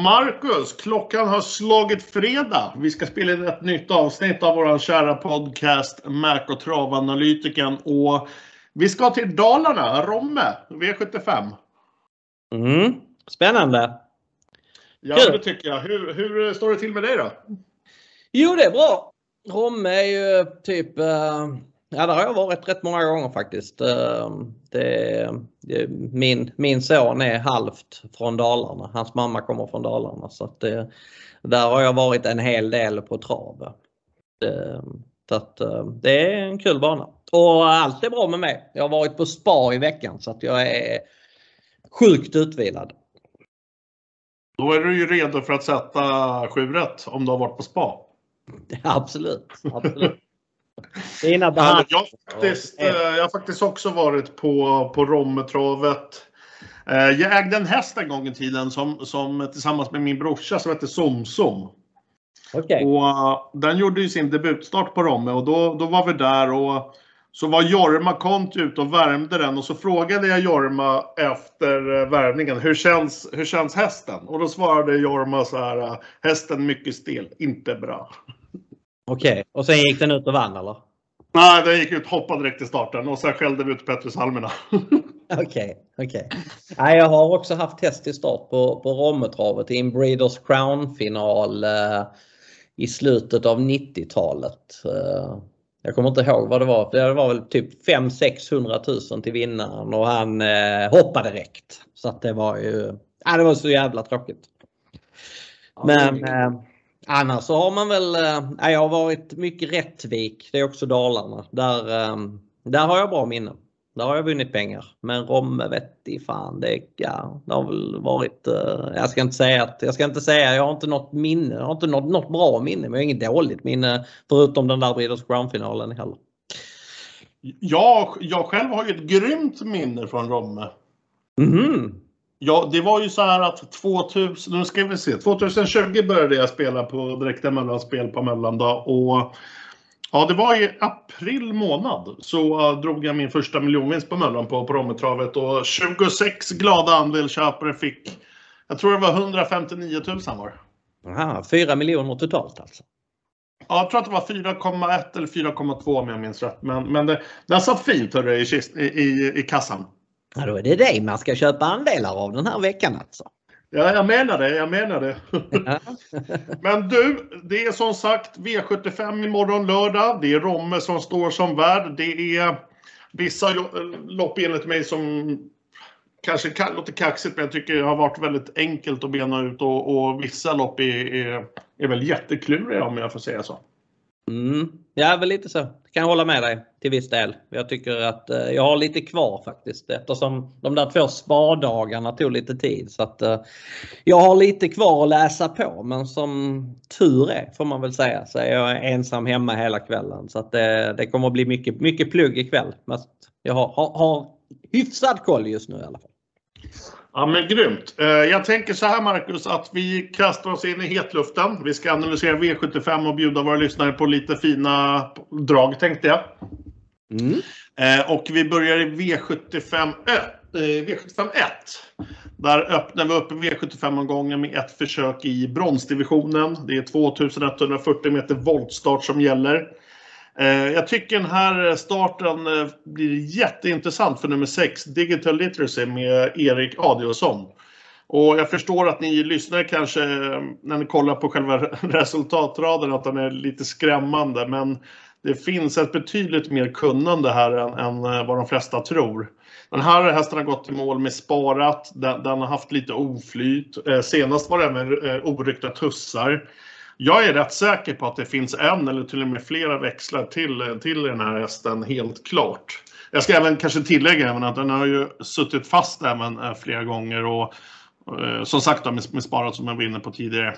Marcus, klockan har slagit fredag. Vi ska spela in ett nytt avsnitt av vår kära podcast Mac och Travanalytiken. Och vi ska till Dalarna, Romme, V75. Spännande. Ja, det tycker jag. Hur står det till med dig då? Jo, det är bra. Romme är ju typ... Ja, där har jag varit rätt många gånger faktiskt. Min son är halvt från Dalarna. Hans mamma kommer från Dalarna. Så att där har jag varit en hel del på trav. Så att det är en kul bana. Och allt är bra med mig. Jag har varit på spa i veckan så att jag är sjukt utvilad. Då är du ju redo för att sätta 7 rätt om du har varit på spa. Absolut. Jag har faktiskt också varit på Rommetravet. Jag ägde en häst en gång i tiden som tillsammans med min brorsa som hette Somsom. Okay. Och den gjorde ju sin debutstart på Romme och då var vi där och så var Jorma Konti ute och värmde den och så frågade jag Jorma efter värmningen, hur känns hästen? Och då svarade Jorma så här, hästen mycket stel, inte bra. Okej, och sen gick den ut och vann eller? Nej, den gick ut, hoppade direkt i starten och sen skällde vi ut Petrushalmerna. Okej. Nej, jag har också haft häst i start på Rommetravet i en Breeders Crown-final i slutet av 90-talet. Jag kommer inte ihåg vad det var. Det var väl typ 500-600 000 till vinnaren och han hoppade direkt. Så att det var ju... det var så jävla tråkigt. Men... annars så har man väl, jag har varit mycket Rättvik, det är också Dalarna. Där har jag bra minnen. Där har jag vunnit pengar. Men Romme vet i fan, det har väl varit, jag ska inte säga, jag har inte något minne, jag har inte något bra minne, men jag har inget dåligt minne förutom den där Breeders Crown-finalen heller. Jag själv har ju ett grymt minne från Romme. Mm-hmm. Ja, det var ju så här att 2020 började jag spela på direkta mellanspel på mellandag och ja, det var i april månad så drog jag min första miljonvinst på Möllan på Rommetravet och 26 glada andelsköpare fick, jag tror det var 159 000 var. Aha, 4 miljoner totalt alltså. Ja, jag tror att det var 4,1 eller 4,2 om jag minns rätt, men den satt fint i kassan. Ja, då är det dig man ska köpa andelar av den här veckan alltså. Ja, jag menar det. Men du, det är som sagt V75 imorgon lördag. Det är Romme som står som värd. Det är vissa lopp enligt mig som kanske låter kaxigt, men jag tycker det har varit väldigt enkelt att bena ut. Och vissa lopp är väl jättekluriga om jag får säga så. Ja, väl lite så. Jag kan hålla med dig till viss del. Jag tycker att jag har lite kvar faktiskt eftersom de där 2 spardagarna tog lite tid. Så att jag har lite kvar att läsa på, men som tur är får man väl säga så är jag ensam hemma hela kvällen. Så att det kommer att bli mycket plugg ikväll. Men jag har hyfsad koll just nu i alla fall. Ja, men grymt. Jag tänker så här Marcus, att vi kastar oss in i hetluften. Vi ska analysera V75 och bjuda våra lyssnare på lite fina drag tänkte jag. Och vi börjar i V75 1. Där öppnar vi upp V75-omgången med ett försök i bronsdivisionen. Det är 2140 meter voltstart som gäller. Jag tycker den här starten blir jätteintressant för nummer 6, Digital Literacy med Erik Adielsson. Och jag förstår att ni lyssnar kanske när ni kollar på själva resultatraden att den är lite skrämmande. Men det finns ett betydligt mer kunnande här än vad de flesta tror. Den här hästen har gått i mål med sparat, den har haft lite oflyt. Senast var det även oryckta tussar. Jag är rätt säker på att det finns en eller till och med flera växlar till den här hästen, helt klart. Jag ska även kanske tillägga även att den har ju suttit fast även flera gånger och som sagt då, med sparat som jag var inne på tidigare.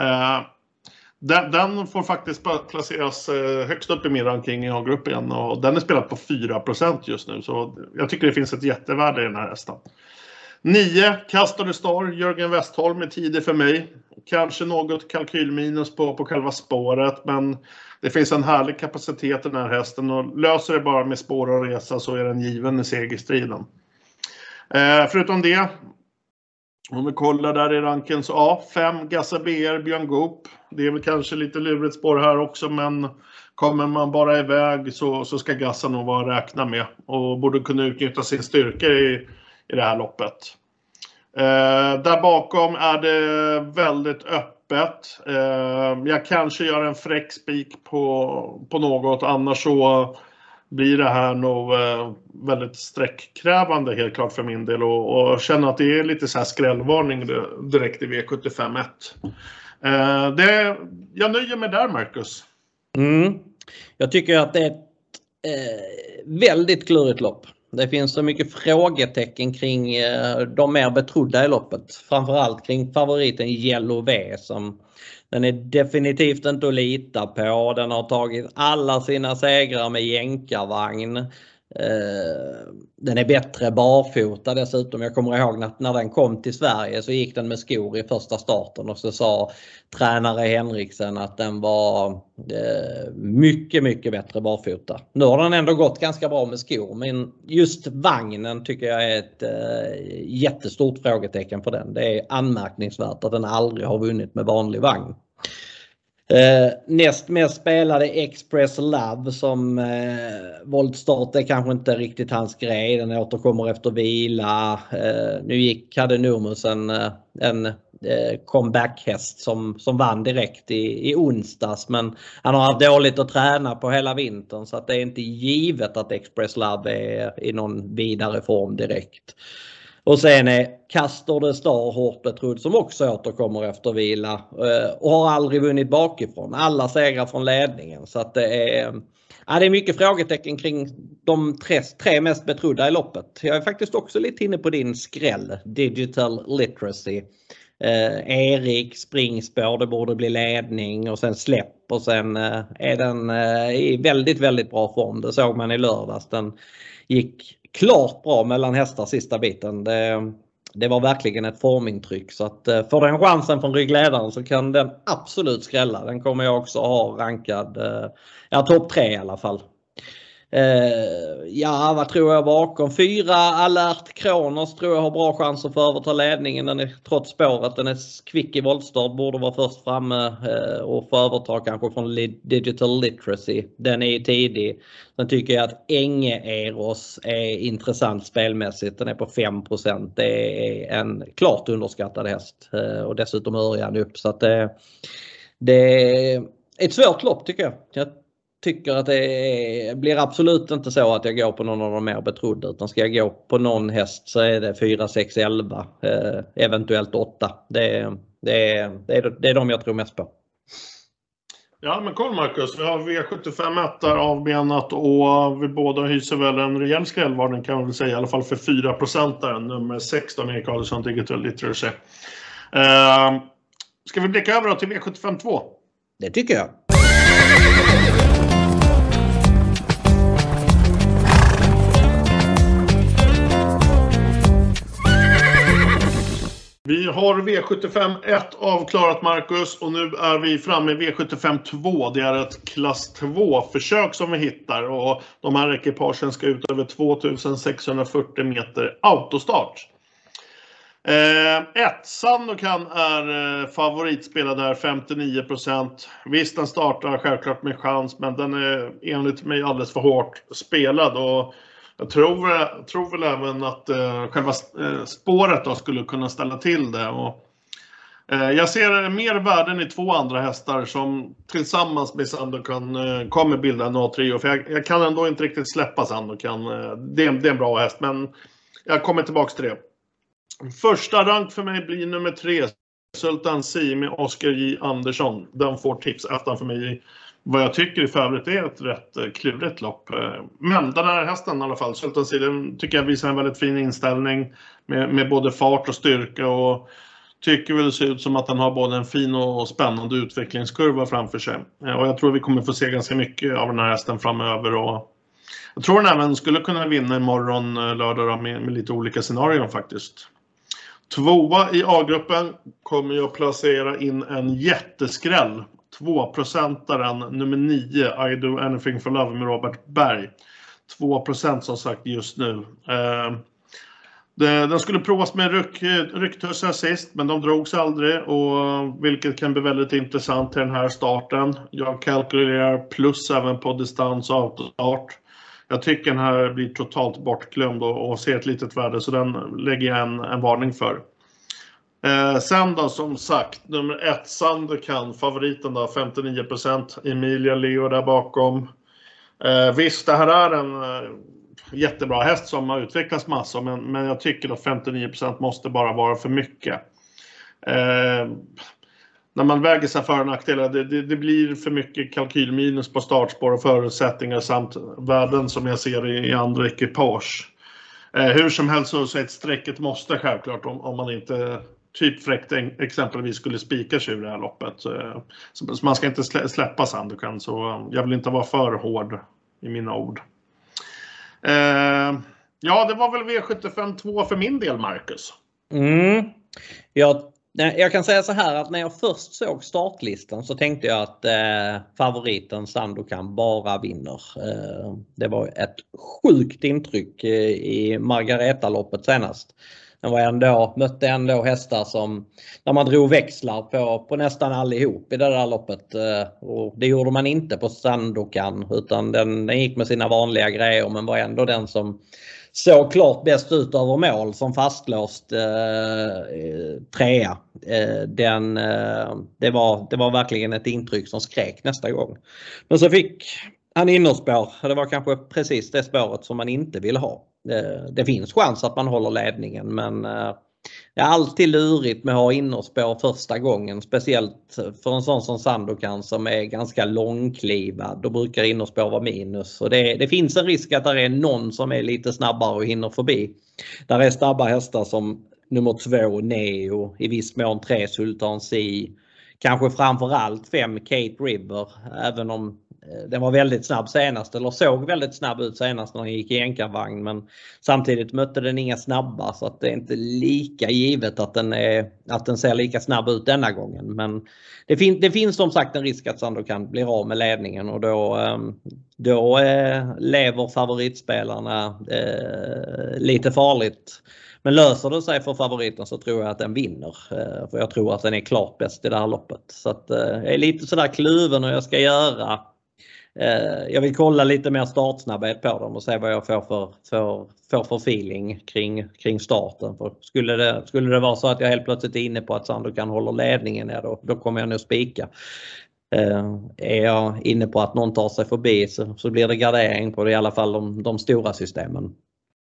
Den får faktiskt placeras högst upp i min ranking i A-gruppen och den är spelad på 4% just nu, så jag tycker det finns ett jättevärde i den här hästen. 9, Castor Star, Jörgen Westholm är tidig för mig. Kanske något kalkylminus på själva spåret, men det finns en härlig kapacitet i den här hästen och löser det bara med spår och resa så är den given i segerstriden. Förutom det Om vi kollar där i ranken så ja, 5 Gassa BR, Björn Goop. Det är väl kanske lite lurigt spår här också, men kommer man bara iväg så ska Gassa nog vara räkna med. Och borde kunna utnyttja sin styrka i det här loppet. Där bakom är det väldigt öppet. Jag kanske gör en fräck spik på något, annars så blir det här nog väldigt sträckkrävande helt klart för min del. Och känner att det är lite så här skrällvarning direkt i V75-1. Jag nöjer mig där, Marcus. Jag tycker att det är ett väldigt klurigt lopp. Det finns så mycket frågetecken kring de mer betrodda i loppet. Framförallt kring favoriten Yellow V som den är definitivt inte att lita på. Den har tagit alla sina segrar med jänkarvagn. Den är bättre barfota dessutom. Jag kommer ihåg att när den kom till Sverige så gick den med skor i första starten och så sa tränare Henriksen att den var mycket, mycket bättre barfota. Nu har den ändå gått ganska bra med skor, men just vagnen tycker jag är ett jättestort frågetecken för den. Det är anmärkningsvärt att den aldrig har vunnit med vanlig vagn. Näst mest spelade Express Love som voltstart är kanske inte riktigt hans grej. Den återkommer efter vila. Nu hade Nurmos en comeback-häst som vann direkt i onsdags, men han har haft dåligt att träna på hela vintern så att det är inte givet att Express Love är i någon vidare form direkt. Och sen är Castor the Star hårt betrodd som också återkommer efter vila och har aldrig vunnit bakifrån. Alla segrar från ledningen. Så att det är mycket frågetecken kring de tre mest betrodda i loppet. Jag är faktiskt också lite inne på din skräll, Digital Literacy. Erik, springspår, det borde bli ledning och sen släpp och sen är den i väldigt, väldigt bra form. Det såg man i lördags. Den gick klart bra mellan hästar sista biten. Det var verkligen ett formintryck. Så att för den chansen från ryggledaren så kan den absolut skrälla. Den kommer jag också ha rankad topp 3 i alla fall. Vad tror jag bakom? 4 Alert Kronos tror jag har bra chans att få överta ledningen. Den är trots spåret. Den är kvick i voltstart. Borde vara först framme och få överta kanske från Digital Literacy. Den är ju tidig. Sen tycker jag att Enge Eros är intressant spelmässigt. Den är på 5%. Det är en klart underskattad häst. Och dessutom Örjan upp. Så att det är ett svårt lopp tycker jag. Jag tycker att det blir absolut inte så att jag går på någon av de mer betrodda, utan ska jag gå på någon häst så är det 4, 6, 11, eventuellt 8. Det är de jag tror mest på. Ja, men kolla Marcus, vi har V75 där avbenat och vi båda hyser väl en rejäl skrällvarning kan man väl säga, i alla fall för 4% där, nummer 16 Erik Adelsson Digital Literacy. Ska vi blicka över till V75 2? Det tycker jag. Vi har V75-1 avklarat Marcus och nu är vi framme i V75-2. Det är ett klass 2-försök som vi hittar och de här ekipagen ska ut över 2640 meter autostart. 1. Sandokan är favoritspelad där, 59%. Visst, den startar självklart med chans, men den är enligt mig alldeles för hårt spelad och jag tror väl även att själva spåret då skulle kunna ställa till det. Och, jag ser mer värden i 2 andra hästar som tillsammans med Sandokan kommer bilda en A3. För jag kan ändå inte riktigt släppa Sandokan. Det är en bra häst, men jag kommer tillbaka till det. Första rank för mig blir nummer 3. Sultan Si med Oskar J. Andersson. Den får tips efter för mig. Vad jag tycker i övrigt är ett rätt klurigt lopp. Men den här hästen i alla fall, Sultan Si, tycker jag visar en väldigt fin inställning med både fart och styrka. Och tycker väl det ser ut som att den har både en fin och spännande utvecklingskurva framför sig. Och jag tror vi kommer få se ganska mycket av den här hästen framöver. Och jag tror den även skulle kunna vinna imorgon lördag med lite olika scenarier faktiskt. 2 i A-gruppen kommer jag placera in en jätteskräll. 2%aren nummer 9 I Do Anything for Love med Robert Berg. 2% som sagt just nu. Den skulle provas med rycktussar sist, men de drogs aldrig, och vilket kan bli väldigt intressant till den här starten. Jag kalkylerar plus även på distans och autostart. Jag tycker den här blir totalt bortglömd och ser ett litet värde, så den lägger jag en varning för. Sen då, som sagt, nummer 1 Sandokan, favoriten då, 59%. Emilia Leo där bakom. Visst, det här är en jättebra häst som har utvecklats massor, men jag tycker att 59% måste bara vara för mycket. När man väger sig för nackdelar, det blir för mycket kalkylminus på startspår och förutsättningar samt värden som jag ser i andra ekipage. Hur som helst så är ett strecket måste självklart om man inte typ fräckt exempelvis skulle spika sig ur det här loppet. Så man ska inte släppa Sandokan, så jag vill inte vara för hård i mina ord. Ja, det var väl V75 2 för min del, Marcus. Jag kan säga så här att när jag först såg startlistan så tänkte jag att favoriten Sandokan bara vinner. Det var ett sjukt intryck i Margareta-loppet senast. Den var mötte ändå hästar som, när man drog växlar på nästan allihop i det där loppet. Och det gjorde man inte på Sandokan, utan den gick med sina vanliga grejer, men var ändå den som såg klart bäst ut över mål som fastlåst trea. Det var verkligen ett intryck som skrek nästa gång. Men så fick han innerspår. Det var kanske precis det spåret som man inte vill ha. Det finns chans att man håller ledningen, men det är alltid lurigt med att ha innerspår första gången. Speciellt för en sån som Sandokan som är ganska långklivad. Då brukar innerspår vara minus. Och det finns en risk att det är någon som är lite snabbare och hinner förbi. Där är snabba hästar som nummer 2 Neo, i viss mån 3 Sultan Si. Kanske framförallt 5 Kate River, även om den var väldigt snabb senast, eller såg väldigt snabb ut senast när den gick i enkarvagn, men samtidigt mötte den inga snabba, så att det är inte lika givet att den ser lika snabb ut denna gången. Men det finns som sagt en risk att Sandokan blir av med ledningen, och då lever favoritspelarna lite farligt. Men löser det sig för favoriten så tror jag att den vinner. För jag tror att den är klart bäst i det här loppet. Så att jag är lite sådär kluven och jag ska göra. Jag vill kolla lite mer startsnabbhet på dem och se vad jag får för feeling kring starten. För skulle det vara så att jag helt plötsligt är inne på att Sandokan håller ledningen, då kommer jag nog spika. Är jag inne på att någon tar sig förbi så blir det gardering på det, i alla fall de stora systemen.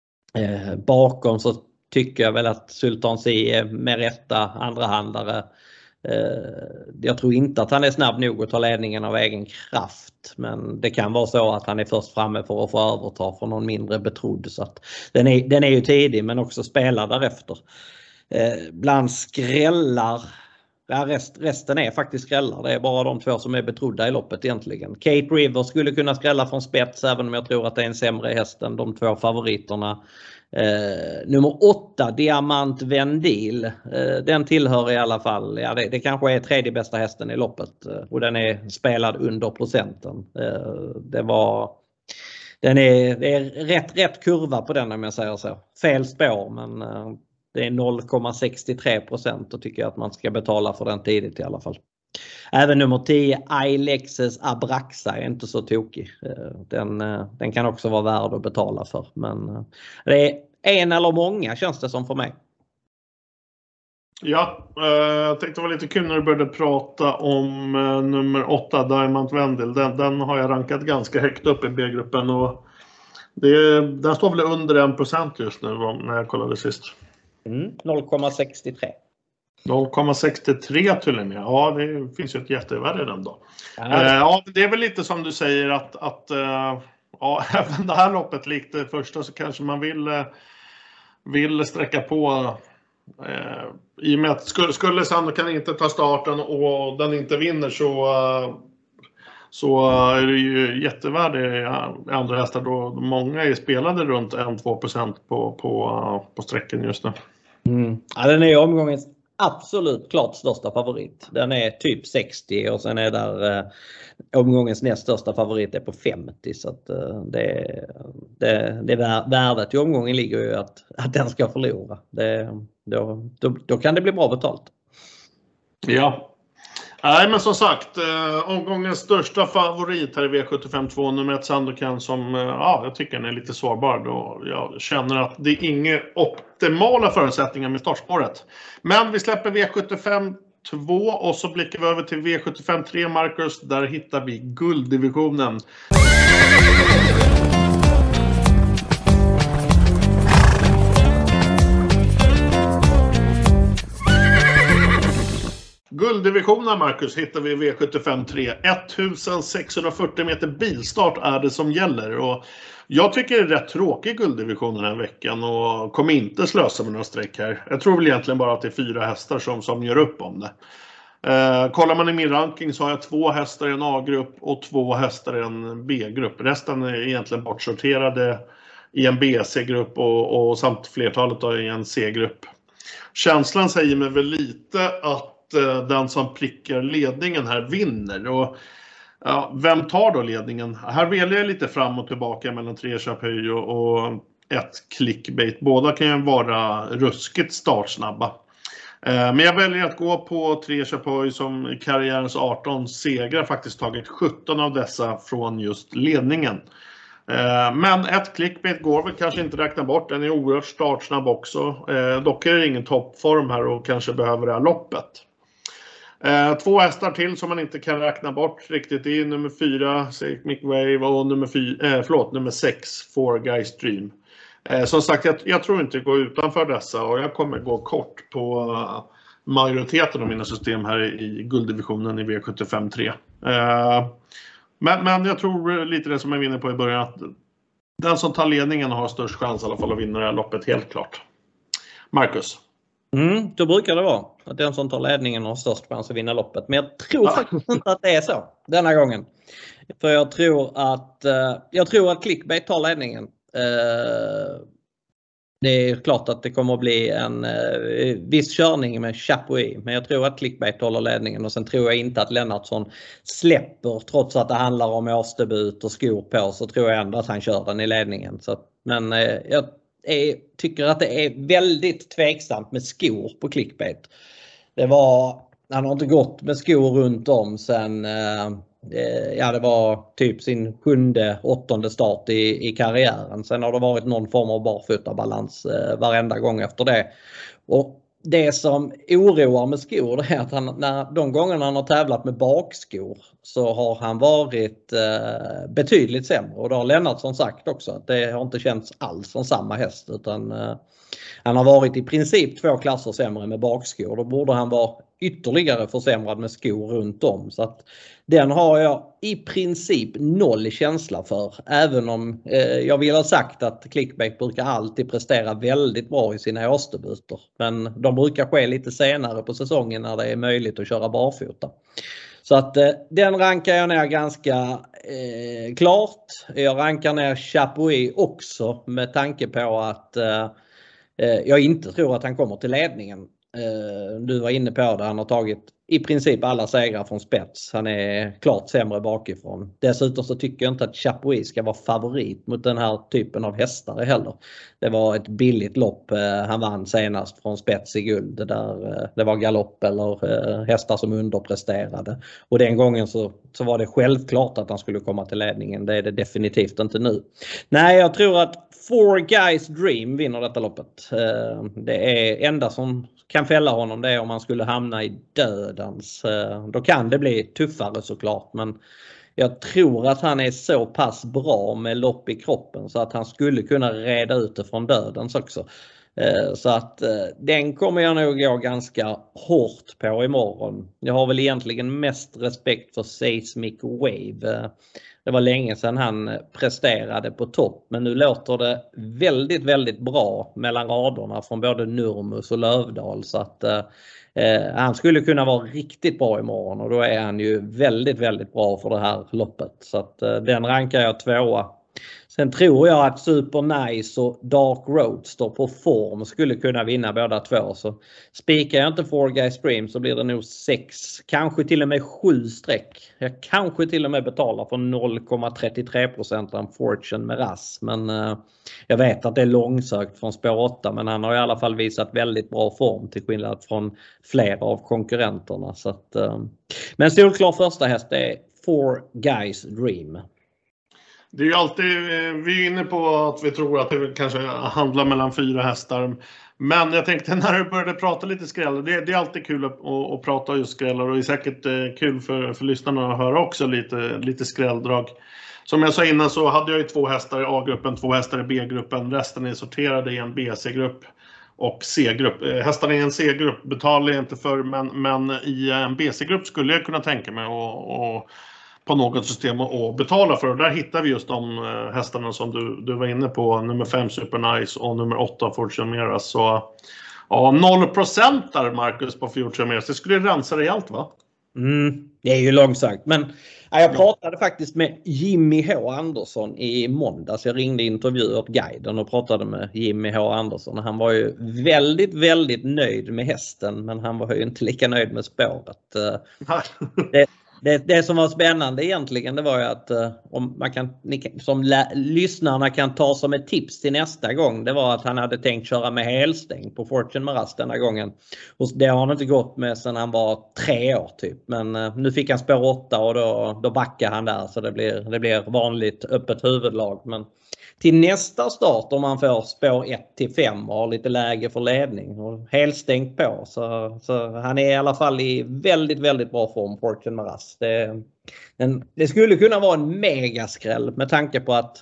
Bakom så tycker jag väl att Sultan Si är med rätta andrahandare. Jag tror inte att han är snabb nog att ta ledningen av egen kraft, men det kan vara så att han är först framme för att få överta från någon mindre betrodd. Så att den är ju tidig, men också spelar därefter. Bland skrällar, resten är faktiskt skrällar. Det är bara de 2 som är betrodda i loppet egentligen. Kate River skulle kunna skrälla från spets, även om jag tror att det är en sämre häst än de 2 favoriterna. Nummer 8 Diamant Vendil, den tillhör i alla fall, det kanske är 3:e bästa hästen i loppet, och den är spelad under procenten. Det är rätt kurva på den, om jag säger så. Fel spår, men det är 0,63%, och tycker jag att man ska betala för den tidigt i alla fall. Även nummer 10 Ilexes Abraxa är inte så tokig. Den kan också vara värd att betala för, men det är en eller många, känns det som för mig. Ja, jag tänkte det var lite kul när du började prata om nummer 8 Diamant Vendil. Den har jag rankat ganska högt upp i B-gruppen, och den står väl under 1% just nu när jag kollade sist. 0,63. 0,63 till och med. Ja, det finns ju ett jättevärde i den då. Ja, det är väl lite som du säger att ja, även det här loppet likt det första så kanske man vill sträcka på, i och med att skulle Sandokan inte ta starten och den inte vinner, så är det ju jättevärde i andra hästar, då många är spelade runt 1-2% på sträcken just nu. Ja, den är omgångens absolut klart största favorit. Den är typ 60 och sen är där omgångens näst största favorit är på 50. Så att det värdet i omgången ligger ju att den ska förlora. Då kan det bli bra betalt. Ja. Nej, men som sagt, omgångens största favorit här i V75-2, nummer 1 Sandokan, som jag tycker den är lite sårbar då. Jag känner att det är inga optimala förutsättningar med startspåret. Men vi släpper V75-2 och så blickar vi över till V75-3, Marcus. Där hittar vi gulddivisionen. Gulddivisionen, Marcus, hittar vi i V75-3. 1640 meter bilstart är det som gäller. Och jag tycker det är rätt tråkig gulddivision den här veckan och kommer inte slösa med några streck här. Jag tror väl egentligen bara att det är 4 hästar som gör upp om det. Kollar man i min ranking så har jag 2 hästar i en A-grupp och 2 hästar i en B-grupp. Resten är egentligen bortsorterade i en B-C-grupp och samt flertalet i en C-grupp. Känslan säger mig väl lite att den som prickar ledningen här vinner. Och vem tar då ledningen? Här väljer jag lite fram och tillbaka mellan 3 Chapuis och 1 Clickbait. Båda kan ju vara ruskigt startsnabba. Men jag väljer att gå på 3 Chapuis som i karriärens 18 segrar faktiskt tagit 17 av dessa från just ledningen. Men 1 Clickbait går väl kanske inte räkna bort. Den är oerhört startsnabb också. Dock är det ingen toppform här och kanske behöver det här loppet. 2 hästar till som man inte kan räkna bort riktigt. Det är nummer 4 Seismic Wave och nummer 6 Four Guys Dream. Som sagt, jag tror inte gå utanför dessa och jag kommer gå kort på majoriteten av mina system här i gulddivisionen i V75-3. Men jag tror lite det som jag vinner på i början, att den som tar ledningen har störst chans i alla fall att vinna det här loppet, helt klart. Marcus? Då brukar det vara att den som tar ledningen har störst chans att vinna loppet. Men jag tror faktiskt inte att det är så denna gången. För jag tror att Clickbait tar ledningen. Det är klart att det kommer att bli en viss körning med Chapuis. Men jag tror att Clickbait håller ledningen. Och sen tror jag inte att Lennartsson släpper, trots att det handlar om årsdebut och skor på. Så tror jag ändå att han kör den i ledningen. Men jag tycker att det är väldigt tveksamt med skor på Clickbait. Han har inte gått med skor runt om sen det var typ sin 7:e, 8:e start i karriären. Sen har det varit någon form av barfotabalans varenda gång efter det. Och det som oroar med skor är att när de gångerna han har tävlat med bakskor så har han varit betydligt sämre. Och det har Lennartsson sagt också, att det har inte känts alls som samma häst, utan han har varit i princip 2 klasser sämre med bakskor. Då borde han vara ytterligare försämrad med skor runt om. Så att den har jag i princip noll känsla för. Även om jag vill ha sagt att Clickbait brukar alltid prestera väldigt bra i sina årsdebuter. Men de brukar ske lite senare på säsongen när det är möjligt att köra barfota. Så att den rankar jag ner ganska klart. Jag rankar ner Chapuis också med tanke på att jag inte tror att han kommer till ledningen. Du var inne på det, han har tagit i princip alla segrar från spets. Han är klart sämre bakifrån. Dessutom så tycker jag inte att Chapuis ska vara favorit mot den här typen av hästar heller. Det var ett billigt lopp han vann senast från spets i guld. Det var galopp eller hästar som underpresterade. Och den gången så var det självklart att han skulle komma till ledningen. Det är det definitivt inte nu. Nej, jag tror att Four Guys Dream vinner detta loppet. Det är enda som kan fälla honom, det är om han skulle hamna i dödens. Då kan det bli tuffare såklart, men jag tror att han är så pass bra med lopp i kroppen så att han skulle kunna reda ut det från dödens också. Så att den kommer jag nog gå ganska hårt på imorgon. Jag har väl egentligen mest respekt för Seismic Wave. Det var länge sedan han presterade på topp, men nu låter det väldigt, väldigt bra mellan raderna från både Nurmus och Lövdahl, så att han skulle kunna vara riktigt bra imorgon, och då är han ju väldigt, väldigt bra för det här loppet. Så att den rankar jag 2:a. Sen tror jag att Super Nice och Dark Roadster på form skulle kunna vinna båda två. Så spikar jag inte 4 Guys Dream så blir det nog 6, kanske till och med 7 streck. Jag kanske till och med betalar för 0,33% av Fortune med Rass. Men jag vet att det är långsökt från spår 8, men han har i alla fall visat väldigt bra form till skillnad från flera av konkurrenterna. Så att, men solklar första häst är 4 Guys Dream. Det är ju alltid, vi är inne på att vi tror att det kanske handlar mellan 4 hästar. Men jag tänkte när du började prata lite skrällar, det är alltid kul att prata just skrällar, och det är säkert kul för lyssnarna att höra också lite skrälldrag. Som jag sa innan så hade jag ju 2 hästar i A-gruppen, 2 hästar i B-gruppen. Resten är sorterade i en BC-grupp och C-grupp. Hästarna i en C-grupp betalar jag inte för, men i en BC-grupp skulle jag kunna tänka mig och på något system och betala för. Och där hittar vi just de hästarna som du var inne på. Nummer 5 Super Nice och nummer 8 Fortune Meras. Så ja, 0% där, Marcus, på Fortune Meras. Det skulle rensa dig allt, va? Det är ju långsökt. Men jag pratade faktiskt med Jimmy H. Andersson i måndags. Jag ringde intervju åt guiden och pratade med Jimmy H. Andersson. Han var ju väldigt, väldigt nöjd med hästen, men han var ju inte lika nöjd med spåret. Det som var spännande egentligen, det var ju att om man kan, lyssnarna kan ta som ett tips till nästa gång, det var att han hade tänkt köra med helstäng på Fortune Meras denna gången. Och det har han inte gått med sedan han var 3 år typ. Men nu fick han spår 8 och då backar han där, så det blir vanligt öppet huvudlag. Men till nästa start, om man får spår 1-5 och har lite läge för ledning och helstängt på, så han är i alla fall i väldigt, väldigt bra form, Fortune Meras. Det skulle kunna vara en megaskräll med tanke på att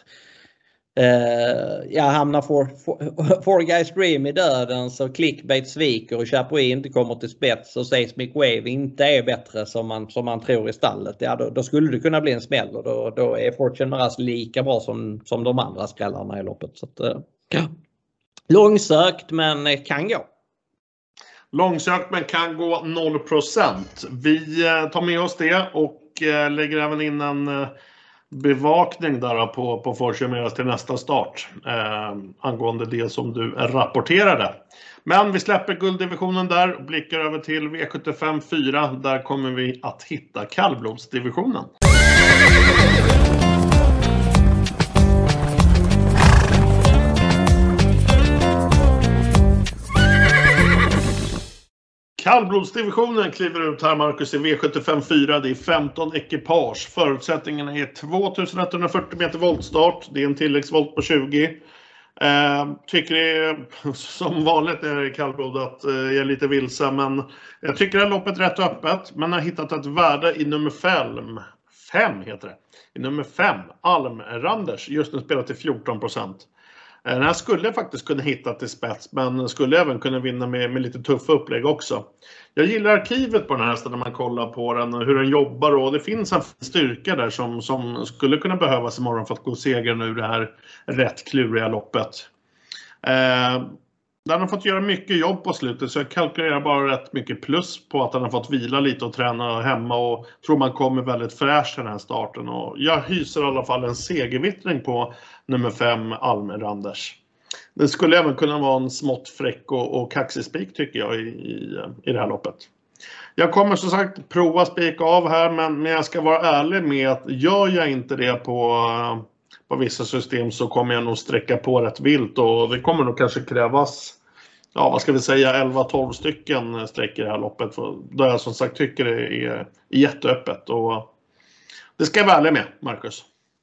hamnar 4 Guys Dream i döden, så Clickbait sviker och Chapuis inte kommer till spets och Seismic Wave inte är bättre som man tror i stallet. Ja, då skulle det kunna bli en smäll, och då är Fortune Meras lika bra som de andra skrällarna i loppet. Så att, långsökt men kan gå. Långsökt men kan gå 0%. Vi tar med oss det och lägger även in en bevakning där på Fortune Meras till nästa start angående det som du rapporterade. Men vi släpper gulddivisionen där och blickar över till V75 4. Där kommer vi att hitta kallblodsdivisionen. Kallblodsdivisionen kliver ut här, Marcus, i V75 4. Det är 15 ekipage. Förutsättningarna är 2140 meter voltstart. Det är en tilläggsvolt på 20. Tycker det är som vanligt när det är kallblod att jag är lite vilsa, men jag tycker att loppet är rätt öppet. Men jag har hittat ett värde i nummer 5 heter det. I nummer 5, Almranders, just nu spelar till 14%. Den här skulle jag faktiskt kunna hitta till spets, men skulle även kunna vinna med lite tuffa upplägg också. Jag gillar arkivet på den här hästen när man kollar på den, hur den jobbar, och det finns en styrka där som skulle kunna behövas imorgon för att gå segern ur det här rätt kluriga loppet. Den har fått göra mycket jobb på slutet, så jag kalkylerar bara rätt mycket plus på att den har fått vila lite och träna hemma, och tror man kommer väldigt fräsch den här starten. Och jag hyser i alla fall en segervittring på nummer 5, Almranders. Det skulle även kunna vara en smått fräck och kaxig spik, tycker jag, i det här loppet. Jag kommer som sagt prova spika av här, men jag ska vara ärlig med att gör jag inte det på vissa system, så kommer jag nog sträcka på rätt vilt, och det kommer nog kanske krävas, vad ska vi säga, 11-12 stycken sträck i det här loppet, för då jag som sagt tycker det är jätteöppet, och det ska jag vara ärlig med, Marcus.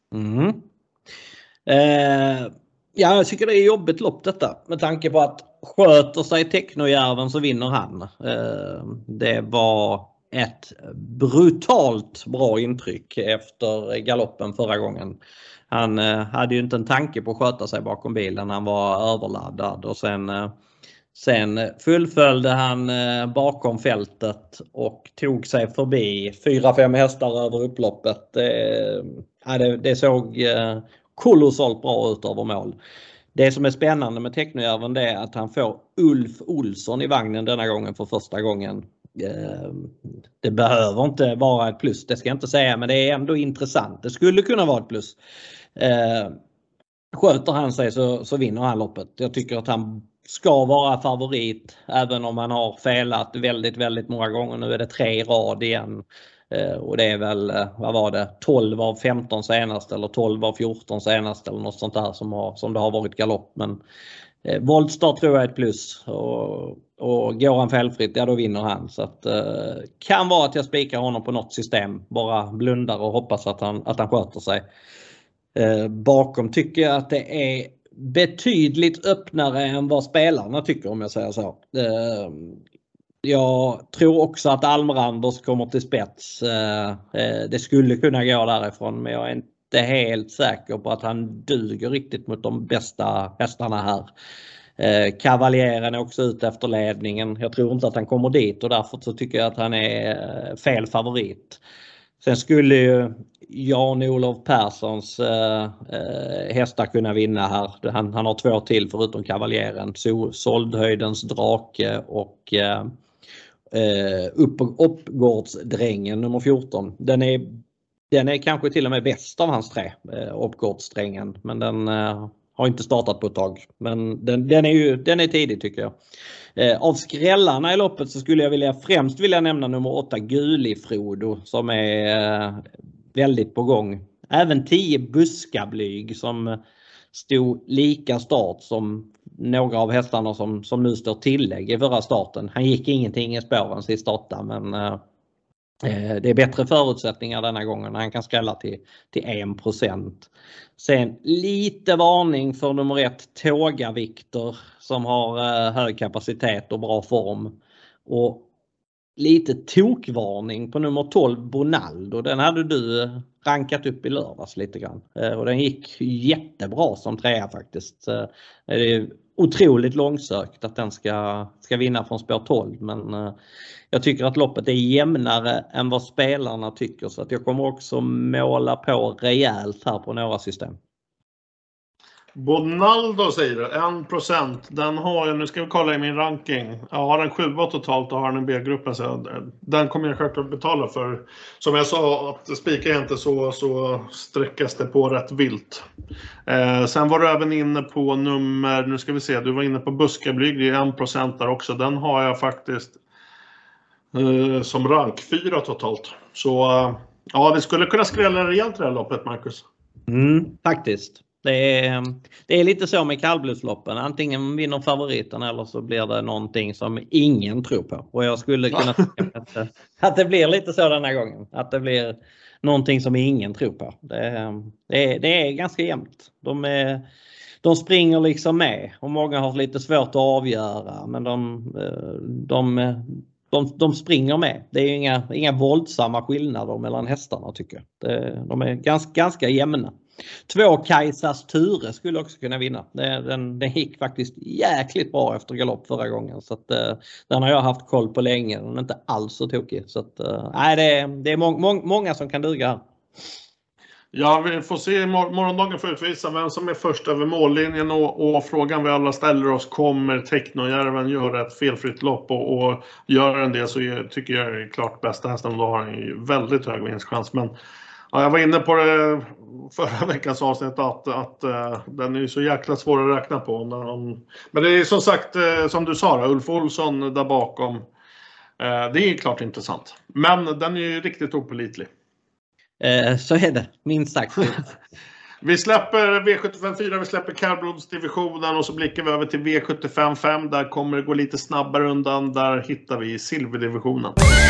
Jag tycker det är jobbigt lopp detta, med tanke på att sköter sig Technojärven så vinner han. Det var ett brutalt bra intryck efter galoppen förra gången. Han hade ju inte en tanke på att sköta sig bakom bilen. Han var överladdad, och sen fullföljde han bakom fältet och tog sig förbi 4-5 hästar över upploppet. Det såg kolossalt bra ut över mål. Det som är spännande med Technojärven, det är att han får Ulf Olsson i vagnen denna gången för första gången. Det behöver inte vara ett plus, det ska jag inte säga, men det är ändå intressant. Det skulle kunna vara ett plus. Sköter han sig så vinner han loppet. Jag tycker att han ska vara favorit även om han har felat väldigt, väldigt många gånger. Nu är det 3 i rad igen. Och det är väl, vad var det, 12 av 15 senast eller 12 av 14 senast eller något sånt där som det har varit galopp. Men voltstart tror jag är ett plus och går han felfritt, ja då vinner han. Så att kan vara att jag spikar honom på något system, bara blundar och hoppas att han sköter sig. Bakom tycker jag att det är betydligt öppnare än vad spelarna tycker, om jag säger så. Jag tror också att Almranders kommer till spets. Det skulle kunna gå därifrån, men jag är inte helt säker på att han duger riktigt mot de bästa hästarna här. Kavaljeren är också ute efter ledningen. Jag tror inte att han kommer dit och därför så tycker jag att han är fel favorit. Sen skulle ju Jan-Olof Perssons hästar kunna vinna här. Han har 2 till förutom Kavaljeren. Soldhöjdens drake och Uppgårdsdrängen nummer 14. Den är kanske till och med bäst av hans 3, Uppgårdsdrängen. Men den har inte startat på ett tag. Men den är tidig tycker jag. Av skrällarna i loppet så skulle jag främst vilja nämna nummer 8 Gulifrodo som är väldigt på gång. Även 10 Buskablyg som stod lika start som några av hästarna som nu står tillägg i förra starten. Han gick ingenting i spåren sist 8, men det är bättre förutsättningar denna gången. Han kan skrälla till 1%. Sen lite varning för nummer 1 Tåga Viktor som har hög kapacitet och bra form. Och lite tokvarning på nummer 12 Bonaldo. Den hade du rankat upp i lördags lite grann. Och den gick jättebra som 3 faktiskt. Det är otroligt långsökt att den ska vinna från spår 12. Men jag tycker att loppet är jämnare än vad spelarna tycker. Så att jag kommer också måla på rejält här på några system. Bonaldo säger du, 1%. Den har jag, nu ska vi kolla i min ranking. Jag har en 7 totalt och har den i B-gruppen. Så den kommer jag självklart betala för. Som jag sa, att spika jag inte så sträckas det på rätt vilt. Sen var du även inne på nummer, nu ska vi se, du var inne på Buskablyg, det är 1% där också. Den har jag faktiskt som rank 4 totalt. Så ja, vi skulle kunna skrälla rejält det här loppet, Marcus. Faktiskt. Det är lite så med kallblodsloppen. Antingen vinner favoriten eller så blir det någonting som ingen tror på. Och jag skulle kunna tänka att det blir lite så den här gången. Att det blir någonting som ingen tror på. Det är ganska jämnt. De springer liksom med. Och många har lite svårt att avgöra. Men de springer med. Det är inga våldsamma skillnader mellan hästarna tycker jag. De är ganska jämna. 2 Kajsas Ture skulle också kunna vinna. Den gick faktiskt jäkligt bra efter galopp förra gången. Så att, den har jag haft koll på länge. Den är inte alls så tokig. Så att, det är många som kan duga här. Ja, vi får se morgondagen för utvisa vem som är först över mållinjen och frågan vi alla ställer oss, kommer Technojärven göra ett felfritt lopp och gör en det så tycker jag är klart bästa hästen, då har han ju väldigt hög vinstchans. Men ja, jag var inne på det förra veckans avsnitt att den är ju så jäkla svår att räkna på. Men det är som sagt, som du sa, Ulf Olsson där bakom. Det är klart intressant. Men den är ju riktigt opålitlig. Så är det, minst sagt. Vi släpper V75-4, vi släpper kallblodsdivisionen och så blickar vi över till V75-5. Där kommer det gå lite snabbare undan. Där hittar vi silverdivisionen.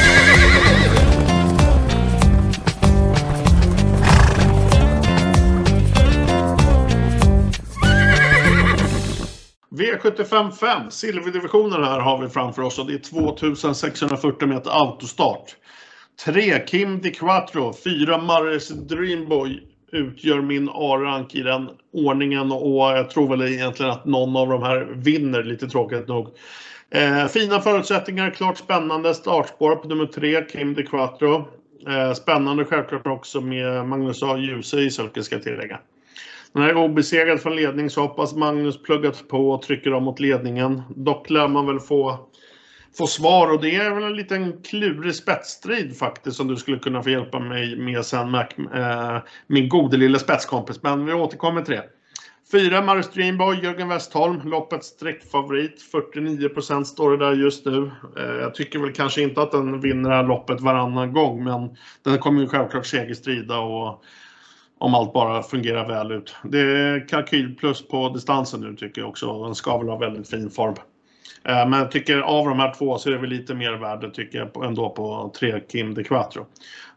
V75-5, silverdivisionen här har vi framför oss och det är 2640 meter autostart. 3 Kim Di Quattro, 4 Mares Dreamboy utgör min A-rank i den ordningen och jag tror väl egentligen att någon av de här vinner, lite tråkigt nog. Fina förutsättningar, klart spännande startspår på nummer 3 Kim Di Quattro. Spännande självklart också med Magnus A. Djuse i sulke ska jag tillägga. Den är obesegrad från ledning så hoppas Magnus pluggat på och trycker om mot ledningen. Dock lär man väl få få svar, och det är väl en liten klurig spetsstrid faktiskt som du skulle kunna få hjälpa mig med sen, min gode lilla spetskompis, men vi återkommer till det. 4 Maris Dreamboy, Jörgen Westholm, loppets sträckfavorit, 49% står det där just nu. Jag tycker väl kanske inte att den vinner det här loppet varannan gång, men den kommer ju självklart segerstrida och om allt bara fungerar väl ut. Det är kalkyl plus på distansen nu tycker jag också. Den ska väl ha väldigt fin form. Men jag tycker av de här två så är det väl lite mer värde tycker jag ändå på 3 Kim de Quattro.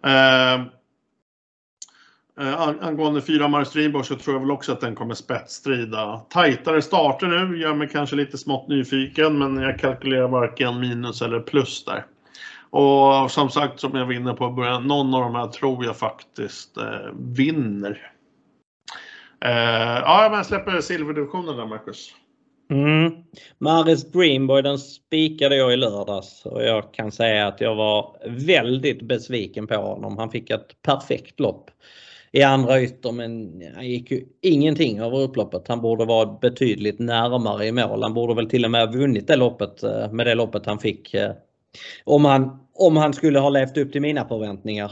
Angående 4 Maris Dreamboy så tror jag väl också att den kommer spetsstrida. Tajtare starter nu gör mig kanske lite smått nyfiken, men jag kalkylerar varken minus eller plus där. Och som sagt, som jag vinner på början, någon av de här tror jag faktiskt vinner. Ja, men jag släpper silverdivisionen där, Marcus. Maris Dreamboy, den spikade jag i lördags och jag kan säga att jag var väldigt besviken på honom. Han fick ett perfekt lopp i andra ytter, men han gick ju ingenting över upploppet. Han borde vara betydligt närmare i mål. Han borde väl till och med ha vunnit det loppet med det loppet han fick. Om han skulle ha levt upp till mina förväntningar.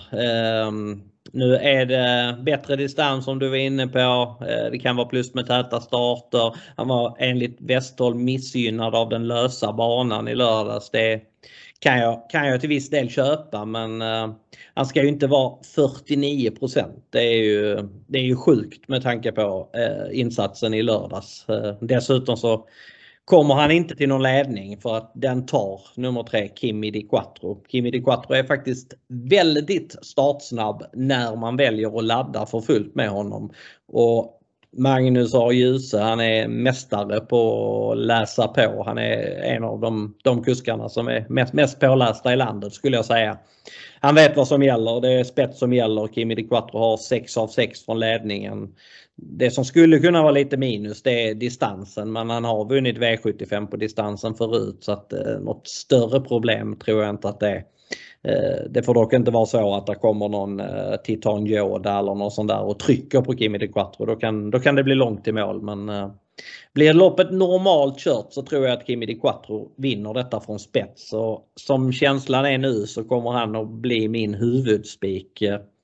Nu är det bättre distans som du var inne på. Det kan vara plus med täta starter. Han var enligt Westholm missgynnad av den lösa banan i lördags. Det kan jag till viss del köpa, men han ska ju inte vara 49%. Det är ju sjukt med tanke på insatsen i lördags. Dessutom så kommer han inte till någon ledning för att den tar nummer 3 Kimi de Quattro. Kimi de Quattro är faktiskt väldigt startsnabb när man väljer att ladda för fullt med honom. Och Magnus A. Djuse, han är mästare på att läsa på. Han är en av de kuskarna som är mest pålästa i landet skulle jag säga. Han vet vad som gäller, det är spets som gäller. Kimi de Quattro har 6 av 6 från ledningen. Det som skulle kunna vara lite minus, det är distansen, men han har vunnit V75 på distansen förut, så att något större problem tror jag inte att det är. Det får dock inte vara så att det kommer någon Titan Yoda eller någon sån där och trycker på Kimi de Quattro. Då kan det bli långt i mål, men blir loppet normalt kört så tror jag att Kimi de Quattro vinner detta från spets. Och som känslan är nu så kommer han att bli min huvudspik.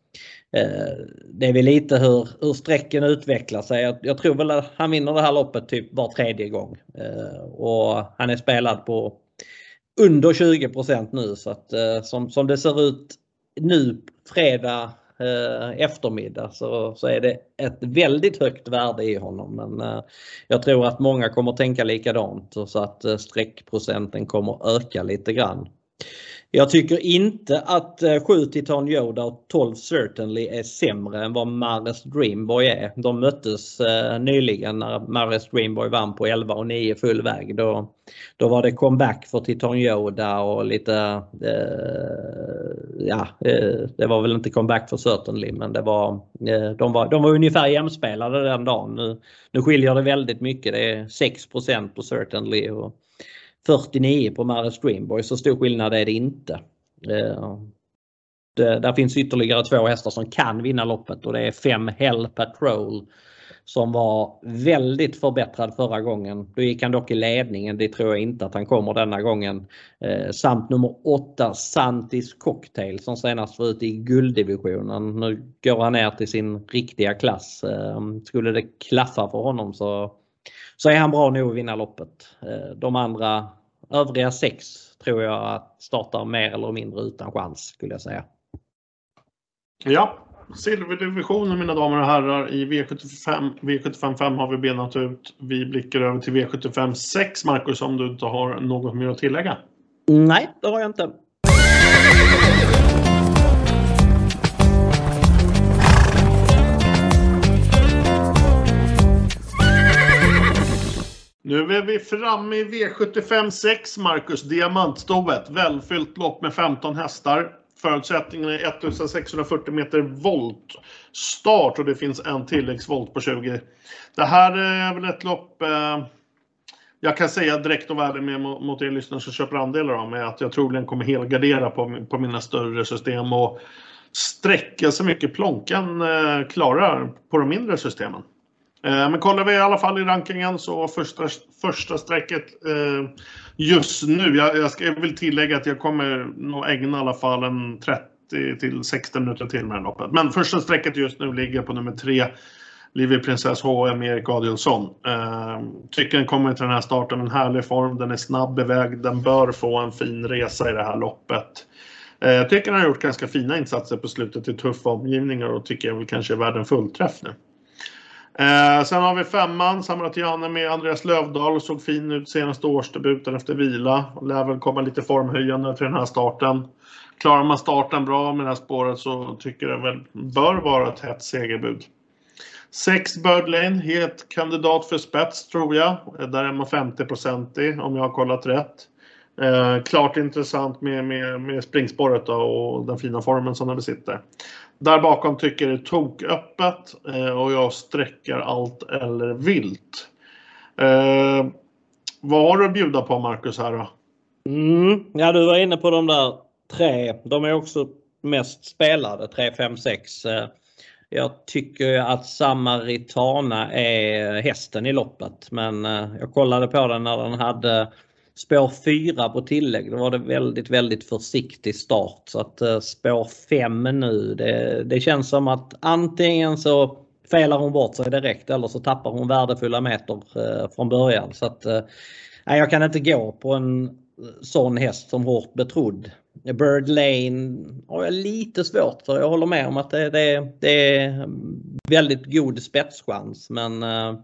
Det är väl lite hur sträcken utvecklar sig. Jag tror väl att han vinner det här loppet typ var tredje gång. Och han är spelad på under 20% nu, så att som det ser ut nu fredag eftermiddag så är det ett väldigt högt värde i honom, men jag tror att många kommer tänka likadant, så att streckprocenten kommer öka lite grann. Jag tycker inte att 7 Titan Yoda och 12 Certainly är sämre än vad Maris Dreamboy är. De möttes nyligen när Maris Dreamboy vann på 11 och 9 full väg. Då var det comeback för Titan Yoda och lite, det var väl inte comeback för Certainly, men de var ungefär jämspelade den dagen. Nu skiljer det väldigt mycket, det är 6% på Certainly och 49 på Maris Dreamboy, så stor skillnad är det inte. Där finns ytterligare 2 hästar som kan vinna loppet, och det är 5 Hell Patrol som var väldigt förbättrad förra gången. Då gick han dock i ledningen, det tror jag inte att han kommer denna gången. Samt nummer 8 Santis Cocktail som senast var ute i gulddivisionen. Nu går han ner till sin riktiga klass. Skulle det klaffa för honom så är han bra nog att vinna loppet. De övriga 6 tror jag att startar mer eller mindre utan chans, skulle jag säga. Ja, silverdivisionen mina damer och herrar i V75 har vi benat ut. Vi blickar över till V75 6, Marcus, om du inte har något mer att tillägga. Nej, det har jag inte. Nu är vi framme i V75 6, Marcus. Diamantstovet. Välfyllt lopp med 15 hästar. Förutsättningen är 1640 meter voltstart och det finns en tilläggsvolt på 20. Det här är väl ett lopp jag kan säga direkt och värde med mot er lyssnare som köper andelar av mig att jag troligen kommer helgardera på mina större system och sträcka så mycket plånkan klarar på de mindre systemen. Men kollar vi i alla fall i rankingen så första strecket just nu. Jag vill tillägga att jag kommer nog ägna i alla fall en 30 till 60 minuter till med den loppet. Men första strecket just nu ligger på nummer 3. Livy Princess HM Erik Adielsson. Tycker den kommer till den här starten en härlig form. Den är snabb iväg. Den bör få en fin resa i det här loppet. Jag tycker den har gjort ganska fina insatser på slutet i tuffa omgivningar och tycker jag väl kanske är värd en fullträff nu. Sen har vi 5:an, Samratiane med Andreas Lövdahl. Såg fin ut senaste årsdebuten efter vila. Lär väl komma lite formhöjande till den här starten. Klarar man starten bra med det här spåret så tycker jag väl bör vara ett hett segerbud. 6 Birdlane, het kandidat för spets tror jag. Där är man 50% om jag har kollat rätt. Klart intressant med springspåret då, och den fina formen som den besitter. Där bakom tycker jag det är toköppet och jag sträcker allt eller vilt. Vad har du att bjuda på, Marcus, här då? Ja, du var inne på de där 3. De är också mest spelade, 3, 5, 6. Jag tycker att Samaritana är hästen i loppet. Men jag kollade på den när den hade spår 4 på tillägg. Då var det väldigt, väldigt försiktig start. Så att spår 5 nu, det känns som att antingen så felar hon bort sig direkt eller så tappar hon värdefulla meter från början. Så att jag kan inte gå på en sån häst som hårt betrodd. Bird Lane har jag lite svårt för. Jag håller med om att det är väldigt god spetschans. Men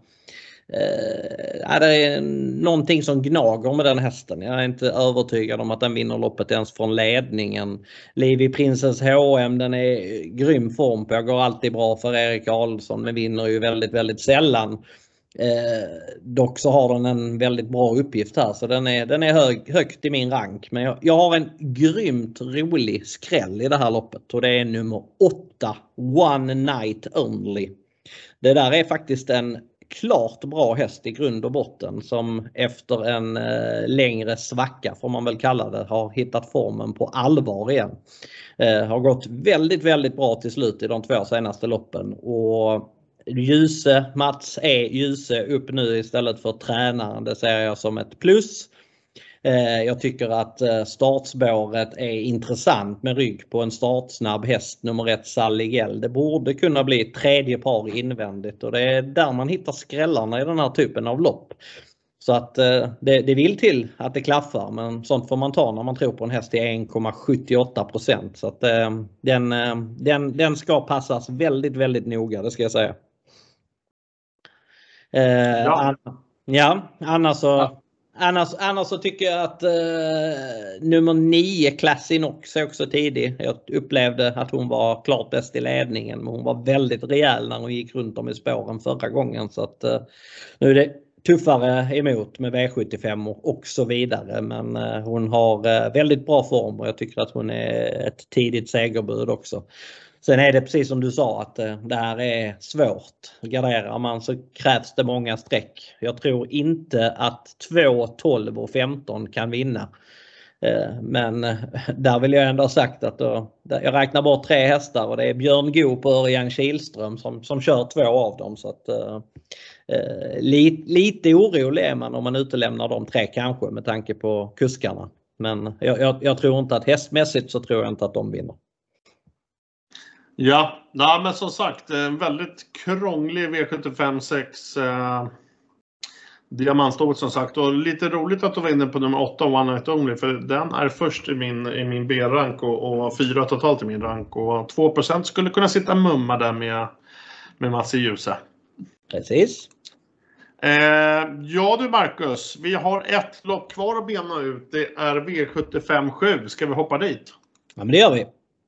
det är någonting som gnager med den hästen. Jag är inte övertygad om att den vinner loppet ens från ledningen. Livy Princess HM, den är grym form på. Jag går alltid bra för Erik Adelsson, men vinner ju väldigt, väldigt sällan. Dock så har den en väldigt bra uppgift här, så den är högt i min rank. Men jag har en grymt rolig skräll i det här loppet och det är nummer 8, One Night Only. Det där är faktiskt en klart bra häst i grund och botten som efter en längre svacka, får man väl kalla det, har hittat formen på allvar igen. Har gått väldigt, väldigt bra till slut i de 2 senaste loppen och Mats Djuse upp nu istället för tränaren. Det ser jag som ett plus. Jag tycker att startspåret är intressant med rygg på en startsnabb häst nummer 1 Salligel. Det borde kunna bli ett tredje par invändigt och det är där man hittar skrällarna i den här typen av lopp. Så att det vill till att det klaffar, men sånt får man ta när man tror på en häst i 1,78%. Så att den ska passas väldigt, väldigt noga, det ska jag säga. Annars så tycker jag att nummer 9 Classinox är också tidig. Jag upplevde att hon var klart bäst i ledningen, men hon var väldigt rejäl när hon gick runt om i spåren förra gången. Så att nu är det tuffare emot med V75 och så vidare. Men hon har väldigt bra form och jag tycker att hon är ett tidigt segerbud också. Sen är det precis som du sa att det här är svårt. Garderar man så krävs det många streck. Jag tror inte att 2, 12 och 15 kan vinna. Men där vill jag ändå ha sagt att jag räknar bort 3 hästar och det är Björn Goop och Örjan Kihlström som kör 2 av dem. Så att, lite orolig är man om man utelämnar de 3 kanske med tanke på kuskarna. Men jag tror inte att hästmässigt så tror jag inte att de vinner. Ja, men som sagt, en väldigt krånglig V75-6 diamantståget som sagt. Och lite roligt att du var inne på nummer 8, One Night Only, för den är först i min B-rank och 4 totalt i min rank. Och 2% skulle kunna sitta mumma där med Mats Djuse. Precis. Ja du Marcus, vi har ett lopp kvar att bena ut. Det är V75-7. Ska vi hoppa dit? Ja, men det gör vi.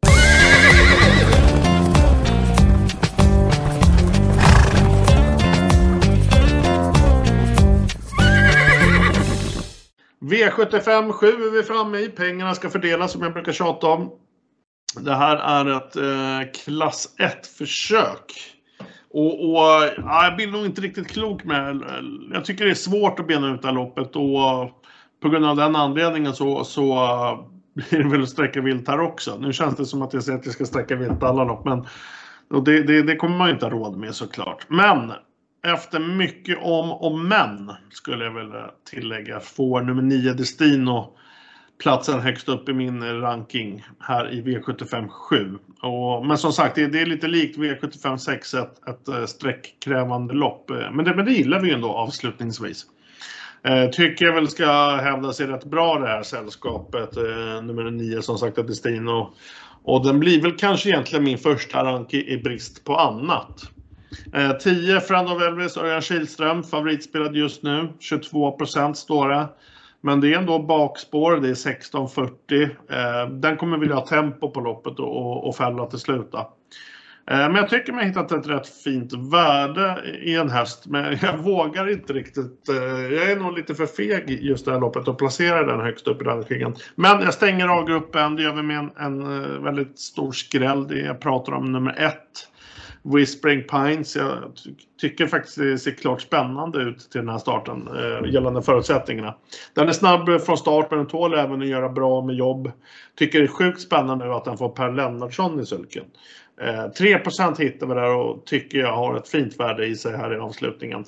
V75 7 är vi framme i. Pengarna ska fördelas som jag brukar tjata om. Det här är ett klass 1-försök. Och jag blir nog inte riktigt klok med. Jag tycker det är svårt att bena ut det här loppet. Och på grund av den anledningen så blir det väl att sträcka vilt här också. Nu känns det som att jag säger att jag ska sträcka vilt alla lopp. Men och det kommer man ju inte ha råd med såklart. Men efter mycket om och men skulle jag vilja tillägga får nummer 9 Destino platsen högst upp i min ranking här i V75 7. Men som sagt, det är lite likt V75 6, ett sträckkrävande lopp. Men det gillar vi ju ändå avslutningsvis. Tycker jag väl ska hävda sig rätt bra det här sällskapet. Nummer 9 som sagt är Destino. Och den blir väl kanske egentligen min första rank i brist på annat. 10 Friend of Elvis, Örjan Kihlström, favoritspelad just nu. 22% står det. Men det är ändå bakspår, det är 16:40. Den kommer vilja ha tempo på loppet och fälla till slut. Men jag tycker man har hittat ett rätt fint värde i en häst. Men jag vågar inte riktigt. Jag är nog lite för feg just det här loppet och placerar den högst upp i rankingen. Men jag stänger av gruppen. Det gör vi med en väldigt stor skräll. Jag pratar om nummer 1. Whispering Pines. Jag tycker faktiskt det ser klart spännande ut till den här starten gällande förutsättningarna. Den är snabb från start men den tål även att göra bra med jobb. Tycker det är sjukt spännande nu att den får Per Lennartsson i sulken. 3% hittar vi där och tycker jag har ett fint värde i sig här i avslutningen.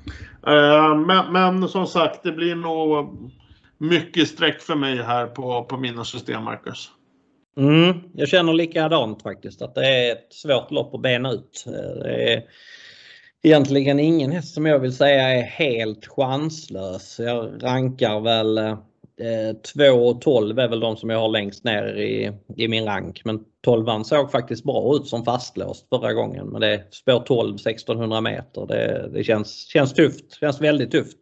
Men som sagt, det blir nog mycket streck för mig här på mina system, Marcus. Jag känner likadant faktiskt, att det är ett svårt lopp att bena ut. Det är egentligen ingen häst som jag vill säga är helt chanslös. Jag rankar väl 2 och 12 är väl de som jag har längst ner i min rank. Men 12an såg faktiskt bra ut som fastlåst förra gången. Men det är spår 12, 1600 meter. Det känns tufft. Känns väldigt tufft.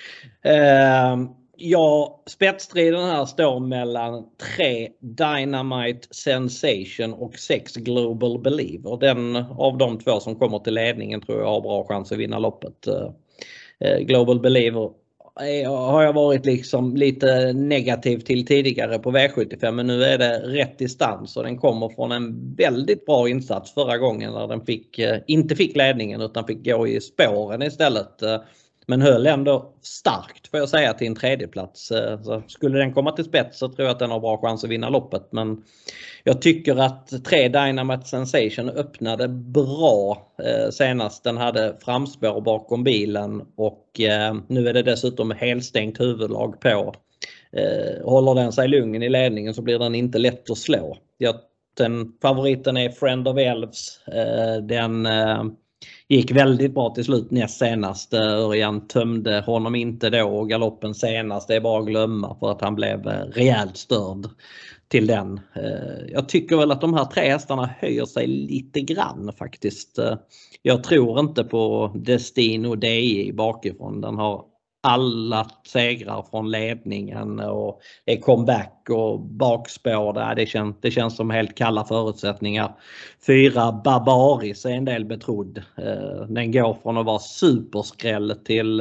Spetsstriden här står mellan 3 Dynamite Sensation och 6 Global Believer. Den av de 2 som kommer till ledningen tror jag har bra chans att vinna loppet. Global Believer har jag varit liksom lite negativ till tidigare på V75, men nu är det rätt distans och den kommer från en väldigt bra insats förra gången när den inte fick ledningen utan fick gå i spåren istället. Men höll ändå starkt får jag säga till en tredjeplats. Så skulle den komma till spets så tror jag att den har bra chans att vinna loppet. Men jag tycker att 3 Dynamite Sensation öppnade bra senast. Den hade framspår bakom bilen och nu är det dessutom helstängt huvudlag på. Håller den sig lugn i ledningen så blir den inte lätt att slå. Den favoriten är Friend of Elves. Den gick väldigt bra till slut näst senast. Örjan tömde honom inte då och galoppen senast. Det är bara att glömma för att han blev rejält störd till den. Jag tycker väl att de här 3 hästarna höjer sig lite grann faktiskt. Jag tror inte på Destino DI bakifrån. Den har alla segrar från ledningen och det är comeback och bakspår där. Det känns som helt kalla förutsättningar. 4 Barbaris är en del betrodd. Den går från att vara superskräll till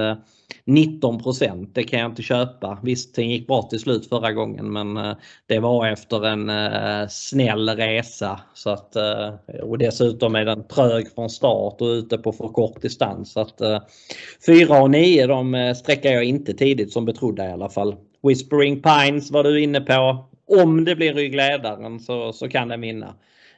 19%. Det kan jag inte köpa. Visst, den gick bra till slut förra gången men det var efter en snäll resa. Så att, och dessutom är den trög från start och ute på för kort distans. Så att 4 och 9 de sträcker jag inte tidigt som betrodda i alla fall. Whispering Pines var du inne på. Om det blir ryggledaren så kan den vinna.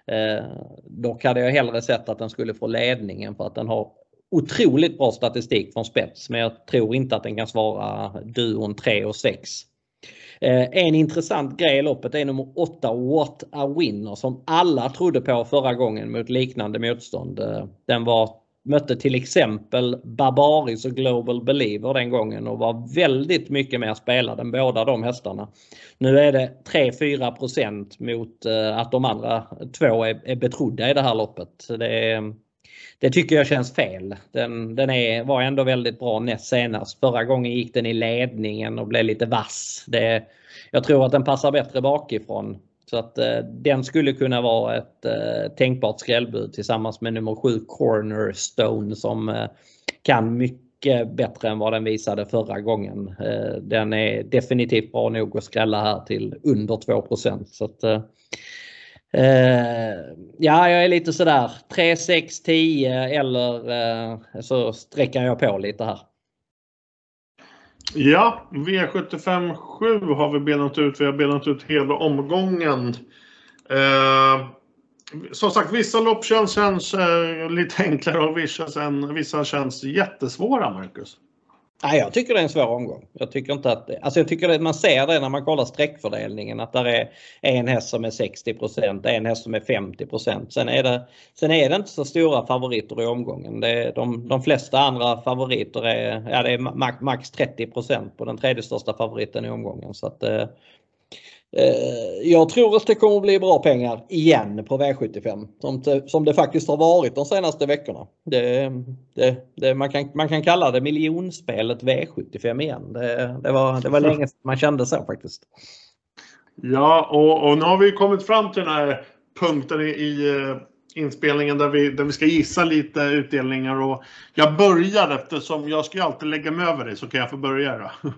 Dock hade jag hellre sett att den skulle få ledningen för att den har otroligt bra statistik från spets. Men jag tror inte att den kan svara duon 3 och 6. En intressant grej i loppet är nummer 8 What a Winner som alla trodde på förra gången mot liknande motstånd. Den mötte till exempel Barbaris och Global Believer den gången och var väldigt mycket mer spelad än båda de hästarna. Nu är det 3-4% mot att de andra 2 är betrodda i det här loppet. Det tycker jag känns fel. Den var ändå väldigt bra näst senast. Förra gången gick den i ledningen och blev lite vass. Jag tror att den passar bättre bakifrån. Så att den skulle kunna vara ett tänkbart skrällbud tillsammans med nummer 7 Cornerstone som kan mycket bättre än vad den visade förra gången. Den är definitivt bra nog att skrälla här till under 2%. Så att, jag är lite sådär 3, 6, 10 eller så sträcker jag på lite här. Ja, V75 7 har vi benat ut. Vi har benat ut hela omgången. som sagt, vissa lopp känns lite enklare och vissa känns jättesvåra, Marcus. Nej, jag tycker det är en svår omgång. Jag tycker inte att jag tycker att man ser det när man kollar sträckfördelningen, att där är en häst som är 60%, en häst som är 50%. Sen är det inte så stora favoriter i omgången. De flesta andra favoriter det är max 30% på den tredje största favoriten i omgången. Så att jag tror att det kommer att bli bra pengar igen på V75 som det faktiskt har varit de senaste veckorna. Man kan kalla det miljonspelet V75 igen. Det var länge sedan man kände så faktiskt. Ja, och nu har vi kommit fram till den här punkten i inspelningen där vi ska gissa lite utdelningar, och jag börjar, eftersom jag ska alltid lägga mig över dig, så kan jag få börja då.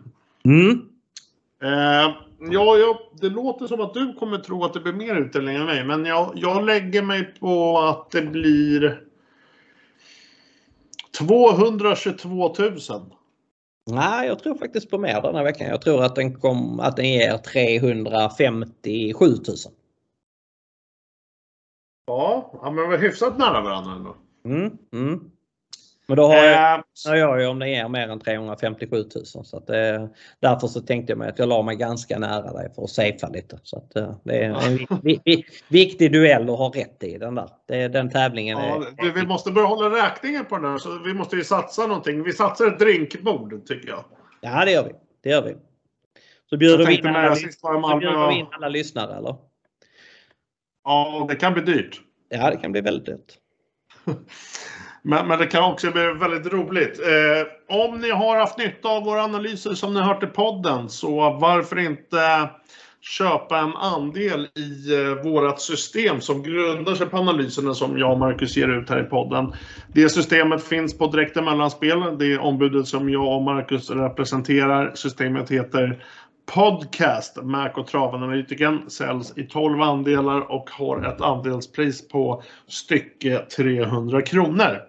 Det låter som att du kommer tro att det blir mer utdelning än mig, men jag lägger mig på att det blir 222 000. Nej, jag tror faktiskt på mer den här veckan. Jag tror att den ger 357 000. Ja, men vi var hyfsat nära varandra ändå. Men då har jag om den ger mer än 357 000. Så att därför så tänkte jag mig att jag la mig ganska nära dig för att safea lite. Så att det är en viktig duell att ha rätt i den där. Den tävlingen är... Vi måste börja hålla räkningen på den här, så vi måste ju satsa någonting. Vi satsar ett drinkbord, tycker jag. Ja, det gör vi. Så bjuder vi in alla lyssnare, eller? Ja, det kan bli dyrt. Ja, det kan bli väldigt dyrt. Men det kan också bli väldigt roligt. Om ni har haft nytta av våra analyser som ni har hört i podden, så varför inte köpa en andel i vårat system som grundar sig på analyserna som jag och Marcus ger ut här i podden. Det systemet finns på Direkta Mellanspel. Det är ombudet som jag och Marcus representerar. Systemet heter Podcast. Mac och travanalytiken säljs i 12 andelar och har ett andelspris på stycke 300 kronor.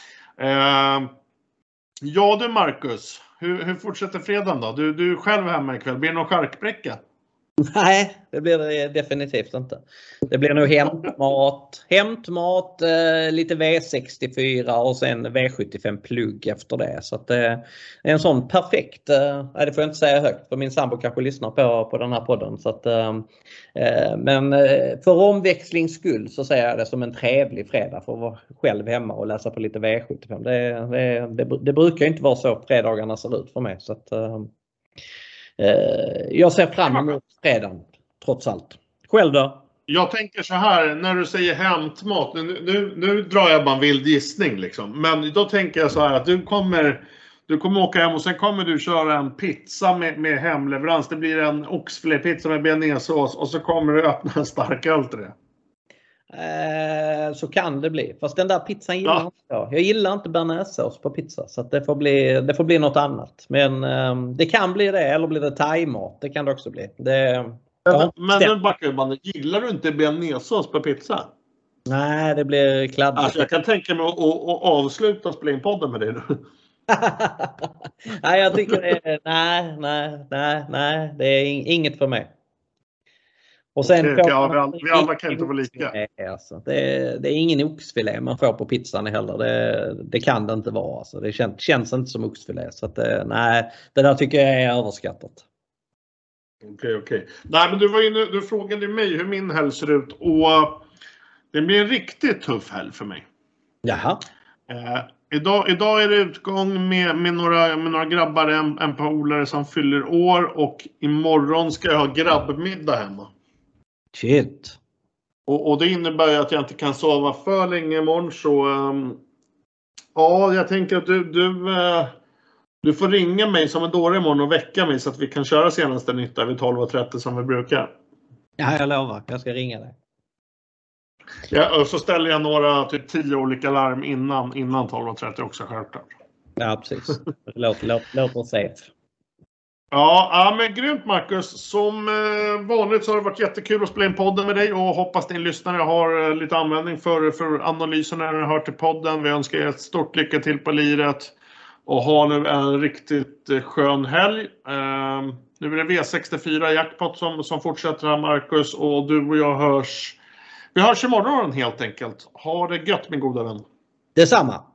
Ja du Marcus, hur fortsätter fredagen då? Du är själv hemma ikväll. Blir det någon charkbräcka? Nej, det blir det definitivt inte. Det blir nog hämtmat, lite V64 och sen V75 plugg efter det. Så att det är en sån perfekt, det får jag inte säga högt för min sambo kanske lyssnar på den här podden. Så att, men för omväxlings skull så säger jag det som en trevlig fredag för att vara själv hemma och läsa på lite V75. Det brukar inte vara så fredagarna ser ut för mig. Så att, jag ser fram emot fredagen trots allt. Själv då? Jag tänker så här, när du säger hämtmat, nu drar jag bara en vild gissning liksom. Men då tänker jag så här att du kommer åka hem och sen kommer du köra en pizza med hemleverans. Det blir en oxfilépizza med bearnaisesås och så kommer du öppna en stark öl till det. Så kan det bli. Fast den där pizzan gillar inte jag. Jag gillar inte bearnaisesås på pizza. Så att det får bli något annat. Men det kan bli det. Eller blir det thaimat. Det kan det också bli. Men Backerband, gillar du inte bearnaisesås på pizza? Nej, det blir kladdigt. Alltså jag kan tänka mig att avsluta spela in podden med det. Nej, jag tycker det är... Nej. Det är inget för mig. Och sen vi alla kan inte vara lika. Alltså. Det är ingen oxfilé man får på pizzan heller. Det kan det inte vara. Alltså. Det känns inte som oxfilé. Så att, nej, det där tycker jag är överskattat. Okej. Nej, men du frågade mig hur min helg ser ut. Och det blir en riktigt tuff helg för mig. Jaha. Idag är det utgång med några grabbar, en polare som fyller år. Och imorgon ska jag ha grabbmiddag hemma. Shit. Och det innebär ju att jag inte kan sova för länge imorgon. Så ja, jag tänker att du får ringa mig som en dåre imorgon och väcka mig så att vi kan köra senaste nytta vid 12:30 som vi brukar. Ja, jag lovar. Jag ska ringa dig. Ja, och så ställer jag några typ 10 olika larm innan 12:30 också självklart. Ja, precis. Låt oss se. Ja, men grymt Marcus. Som vanligt så har det varit jättekul att spela in podden med dig och hoppas din lyssnare har lite användning för analyserna när du har hört i podden. Vi önskar er ett stort lycka till på liret och ha nu en riktigt skön helg. Nu är det V64 jackpot som fortsätter här Marcus, och du och jag hörs Vi hörs imorgon helt enkelt. Ha det gött min goda vän. Detsamma.